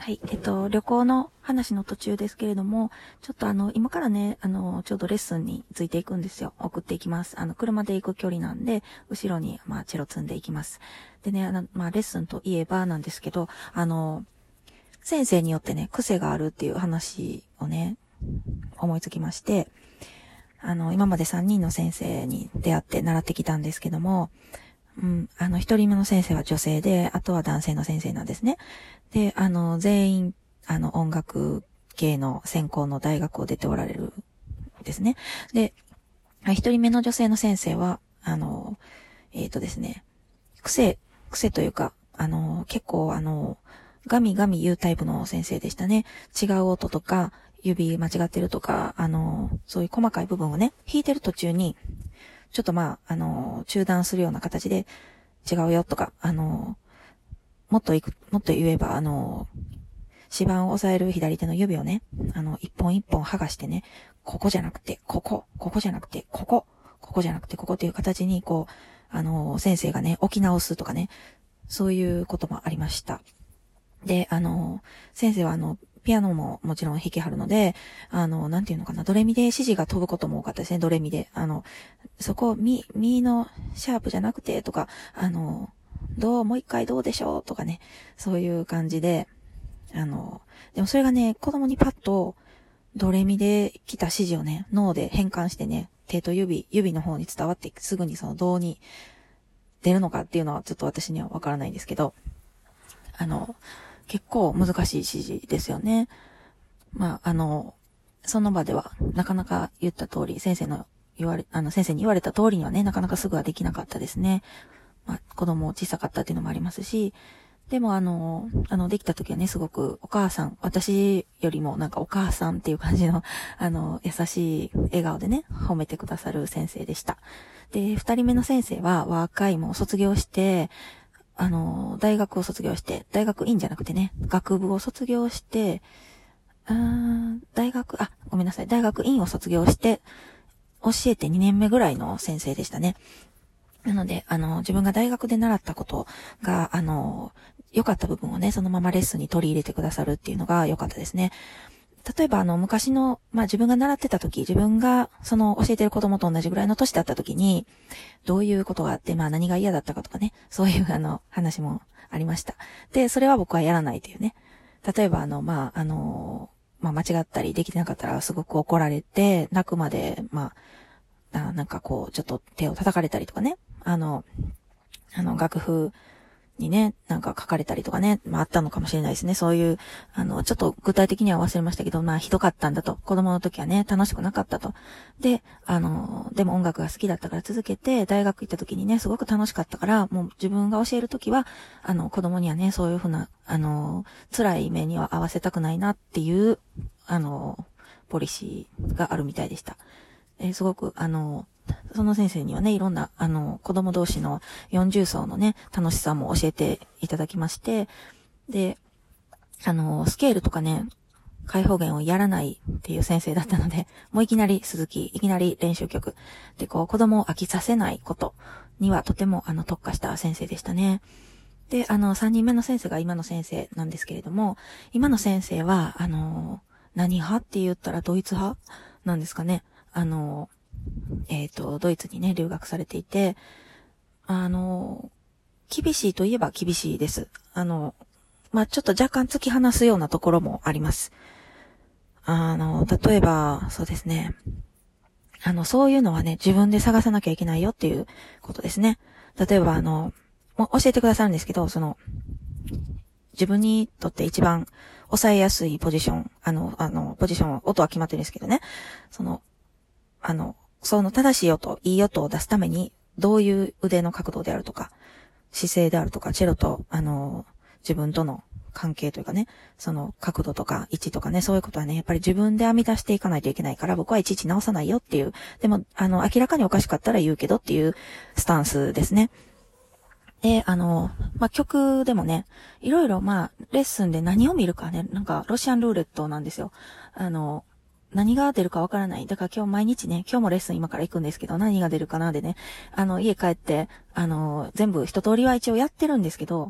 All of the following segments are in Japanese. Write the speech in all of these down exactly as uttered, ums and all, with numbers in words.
はい。えっと、旅行の話の途中ですけれども、ちょっとあの、今からね、あの、ちょうどレッスンについていくんですよ。送っていきます。あの、車で行く距離なんで、後ろに、まあ、チェロ積んでいきます。でね、あの、まあ、レッスンといえばなんですけど、あの、先生によってね、癖があるっていう話をね、思いつきまして、あの、今までさんにんの先生に出会って習ってきたんですけども、うん、あの、一人目の先生は女性で、あとは男性の先生なんですね。で、あの、全員、あの、音楽系の専攻の大学を出ておられるんですね。で、一人目の女性の先生は、あの、えっとですね、癖、癖というか、あの、結構、あの、ガミガミ言うタイプの先生でしたね。違う音とか、指間違ってるとか、あの、そういう細かい部分をね、弾いてる途中に、ちょっとまあ、あの、中断するような形で、違うよとか、あの、もっといく、もっと言えば、あの、指板を押さえる左手の指をね、あの、一本一本剥がしてね、ここじゃなくて、ここ、ここじゃなくて、ここ、ここじゃなくて、ここっていう形に、こう、あの、先生がね、置き直すとかね、そういうこともありました。で、あの、先生はあの、ピアノももちろん弾きはるので、あの、なんていうのかな、ドレミで指示が飛ぶことも多かったですね、ドレミで。あの、そこ、ミ、ミのシャープじゃなくて、とか、あの、どう、もう一回どうでしょうとかね、そういう感じで、あの、でもそれがね、子供にパッと、ドレミで来た指示をね、脳で変換してね、手と指、指の方に伝わってすぐにその銅に出るのかっていうのはちょっと私にはわからないんですけど、あの、結構難しい指示ですよね。まあ、あの、その場ではなかなか言った通り、先生の言われ、あの先生に言われた通りにはね、なかなかすぐはできなかったですね。まあ、子供小さかったっていうのもありますし、でもあの、あの、できた時はね、すごくお母さん、私よりもなんかお母さんっていう感じの、あの、優しい笑顔でね、褒めてくださる先生でした。で、二人目の先生は若いもう卒業して、あの、大学を卒業して、大学院じゃなくてね、学部を卒業して、うーん、大学、あ、ごめんなさい、大学院を卒業して、教えてにねんめぐらいの先生でしたね。なので、あの、自分が大学で習ったことが、あの、良かった部分をね、そのままレッスンに取り入れてくださるっていうのが良かったですね。例えば、あの、昔の、まあ、自分が習ってた時、自分が、その、教えてる子供と同じぐらいの年だった時に、どういうことがあって、まあ、何が嫌だったかとかね、そういう、あの、話もありました。で、それは僕はやらないというね。例えば、あの、まあ、あの、まあ、間違ったりできてなかったらすごく怒られて、泣くまで、まあ、あなんかこう、ちょっと手を叩かれたりとかね。あの、あの、楽譜にね、なんか書かれたりとかね、まああったのかもしれないですね。そういう、あの、ちょっと具体的には忘れましたけど、まあひどかったんだと。子供の時はね、楽しくなかったと。で、あの、でも音楽が好きだったから続けて、大学行った時にね、すごく楽しかったから、もう自分が教える時は、あの、子供にはね、そういうふうな、あの、辛い目には合わせたくないなっていう、あの、ポリシーがあるみたいでした。えー、すごく、あの、その先生にはね、いろんな、あの、子供同士のよんじゅう層のね、楽しさも教えていただきまして、で、あの、スケールとかね、開放弦をやらないっていう先生だったので、もういきなり続き、いきなり練習曲。で、こう、子供を飽きさせないことにはとても、あの、特化した先生でしたね。で、あの、さんにんめの先生が今の先生なんですけれども、今の先生は、あの、何派って言ったらドイツ派なんですかね。あの、えっと、ドイツにね、留学されていて、あの、厳しいといえば厳しいです。あの、まあ、ちょっと若干突き放すようなところもあります。あの、例えば、そうですね。あの、そういうのはね、自分で探さなきゃいけないよっていうことですね。例えば、あの、もう教えてくださるんですけど、その、自分にとって一番抑えやすいポジション、あの、あの、ポジションは、音は決まってるんですけどね。その、あの、その正しい音、いい音を出すために、どういう腕の角度であるとか、姿勢であるとか、チェロと、あの、自分との関係というかね、その角度とか位置とかね、そういうことはね、やっぱり自分で編み出していかないといけないから、僕はいちいち直さないよっていう、でも、あの、明らかにおかしかったら言うけどっていうスタンスですね。で、あの、まあ、曲でもね、いろいろまあ、レッスンで何を見るかね、なんか、ロシアンルーレットなんですよ。あの、何が出るかわからない。だから今日毎日ね、今日もレッスン今から行くんですけど、何が出るかなでね、あの、家帰って、あの、全部一通りは一応やってるんですけど、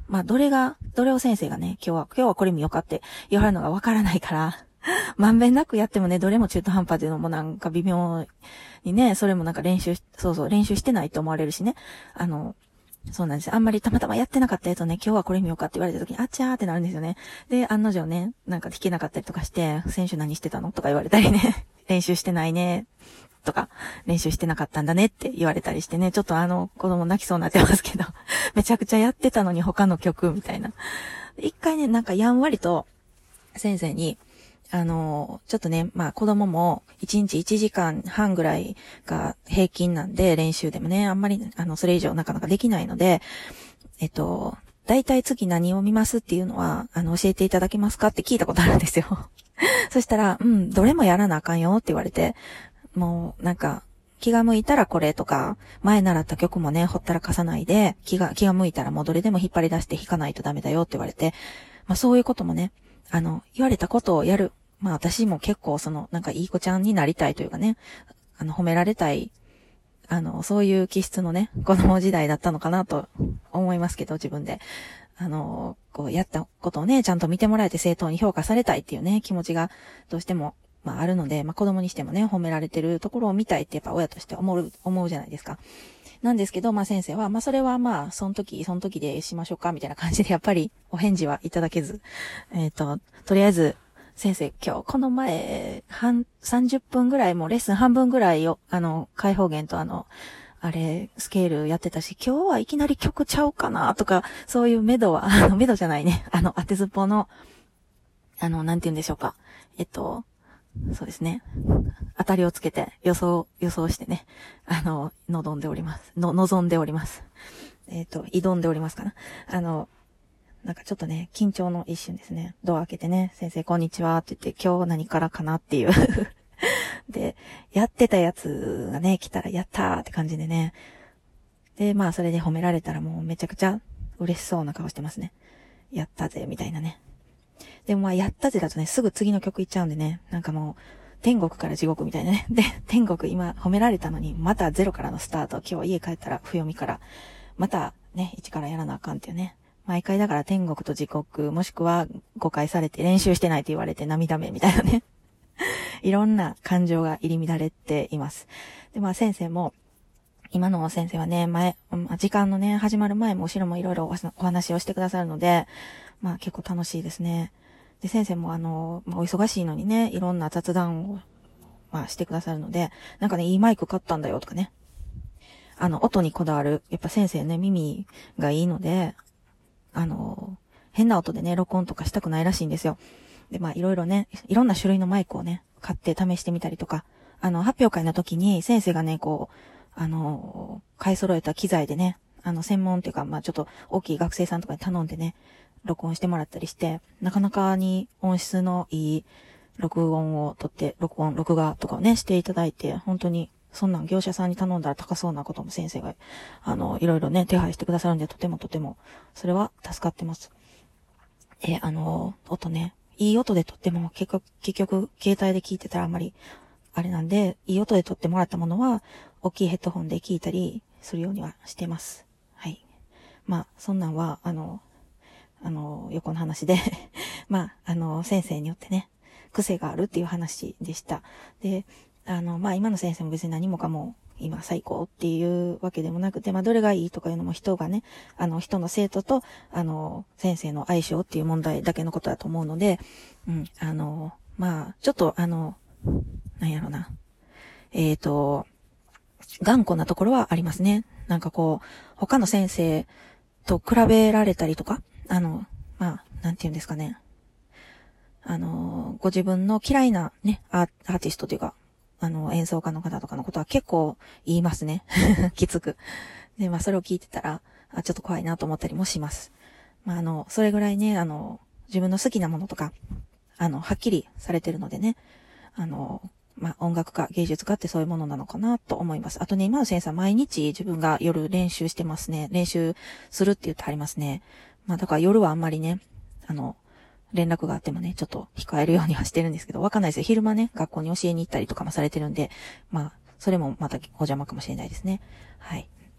まあ、どれが、どれを先生がね、今日は、今日はこれ見ようかって言われるのがわからないから、まんべんなくやってもね、どれも中途半端っていうのもなんか微妙にね、それもなんか練習し、そうそう、練習してないと思われるしね。あの、そうなんですよ。あんまりたまたまやってなかったやつをね、今日はこれ見ようかって言われた時に、あっちゃーってなるんですよね。で、案の定ね、なんか弾けなかったりとかして、選手何してたのとか言われたりね、練習してないね、とか、練習してなかったんだねって言われたりしてね、ちょっとあの、子供泣きそうになってますけど、めちゃくちゃやってたのに他の曲みたいな。一回ね、なんかやんわりと、先生に、あの、ちょっとね、まあ子供もいちにちいちじかんはんぐらいが平均なんで、練習でもね、あんまり、あの、それ以上なかなかできないので、えっと、だいたい次何を見ますっていうのは、あの、教えていただけますかって聞いたことあるんですよ。そしたら、うん、どれもやらなあかんよって言われて、もう、なんか、気が向いたらこれとか、前習った曲もね、ほったらかさないで、気が、気が向いたらもうどれでも引っ張り出して弾かないとダメだよって言われて、まあそういうこともね、あの、言われたことをやる。まあ私も結構その、なんかいい子ちゃんになりたいというかね、あの、褒められたい、あの、そういう気質のね、子供時代だったのかなと思いますけど、自分で。あの、こう、やったことをね、ちゃんと見てもらえて正当に評価されたいっていうね、気持ちがどうしても、まああるので、まあ子供にしてもね、褒められてるところを見たいってやっぱ親として思う、思うじゃないですか。なんですけど、まあ先生は、まあそれはまあ、その時、その時でしましょうか、みたいな感じで、やっぱりお返事はいただけず、えっと、とりあえず、先生、今日、この前、半、さんじゅっぷんぐらい、もうレッスン半分ぐらいを、あの、開放弦とあの、あれ、スケールやってたし、今日はいきなり曲ちゃうかな、とか、そういうメドは、あの、メドじゃないね、あの、当てずっぽの、あの、なんて言うんでしょうか。えっと、そうですね。当たりをつけて予想、予想してね、あの、望んでおります。の、望んでおります。えっと、挑んでおりますかな。あの、なんかちょっとね、緊張の一瞬ですね。ドア開けてね、先生こんにちはって言って、今日何からかなっていう。で、やってたやつがね、来たらやったーって感じでね。で、まあそれで褒められたらもうめちゃくちゃ嬉しそうな顔してますね。やったぜ、みたいなね。でもまあ、やったぜだとね、すぐ次の曲行っちゃうんでね、なんかもう、天国から地獄みたいなね。で、天国今褒められたのに、またゼロからのスタート。今日は家帰ったら、不読みから、またね、一からやらなあかんっていうね。毎回だから天国と地獄、もしくは誤解されて練習してないと言われて涙目みたいなね。いろんな感情が入り乱れています。で、まあ先生も、今の先生はね、前、時間のね、始まる前も後ろもいろいろお話をしてくださるので、まあ結構楽しいですね。で、先生もあの、まあ、お忙しいのにね、いろんな雑談を、まあしてくださるので、なんかね、いいマイク買ったんだよとかね。あの、音にこだわる。やっぱ先生ね、耳がいいので、あの、変な音でね、録音とかしたくないらしいんですよ。で、まあいろいろね、いろんな種類のマイクをね、買って試してみたりとか、あの、発表会の時に先生がね、こう、あの、買い揃えた機材でね、あの、専門っていうか、まあちょっと大きい学生さんとかに頼んでね、録音してもらったりして、なかなかに音質のいい録音を取って、録音、録画とかをね、していただいて、本当に、そんなん業者さんに頼んだら高そうなことも先生が、あの、いろいろね、手配してくださるんで、とてもとても、それは助かってます。え、あの、音ね、いい音で撮っても、結局、結局、携帯で聞いてたらあんまり、あれなんで、いい音で撮ってもらったものは、大きいヘッドホンで聞いたりするようにはしてます。はい。まあ、そんなんは、あの、あの、横の話で、まあ、あの、先生によってね、癖があるっていう話でした。で、あの、まあ、今の先生も別に何もかも、今最高っていうわけでもなくて、まあ、どれがいいとかいうのも人がね、あの、人の生徒と、あの、先生の相性っていう問題だけのことだと思うので、うん、あの、まあ、ちょっと、あの、なんやろな。えっと、頑固なところはありますね。なんかこう、他の先生と比べられたりとか、あの、まあ、なんて言うんですかね。あの、ご自分の嫌いなね、アー、アーティストというか、あの、演奏家の方とかのことは結構言いますね。きつく。で、まあ、それを聞いてたら、あ、ちょっと怖いなと思ったりもします。まあ、あの、それぐらいね、あの、自分の好きなものとか、あの、はっきりされてるのでね、あの、まあ、音楽家、芸術家ってそういうものなのかなと思います。あとね、今の先生は毎日自分が夜練習してますね。練習するって言ってありますね。まあ、だから夜はあんまりね、あの、連絡があってもね、ちょっと控えるようにはしてるんですけど、わかんないですよ。昼間ね、学校に教えに行ったりとかもされてるんで、まあ、それもまたお邪魔かもしれないですね。はい。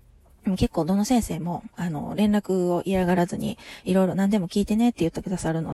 結構どの先生も、あの、連絡を嫌がらずに、いろいろ何でも聞いてねって言ってくださるの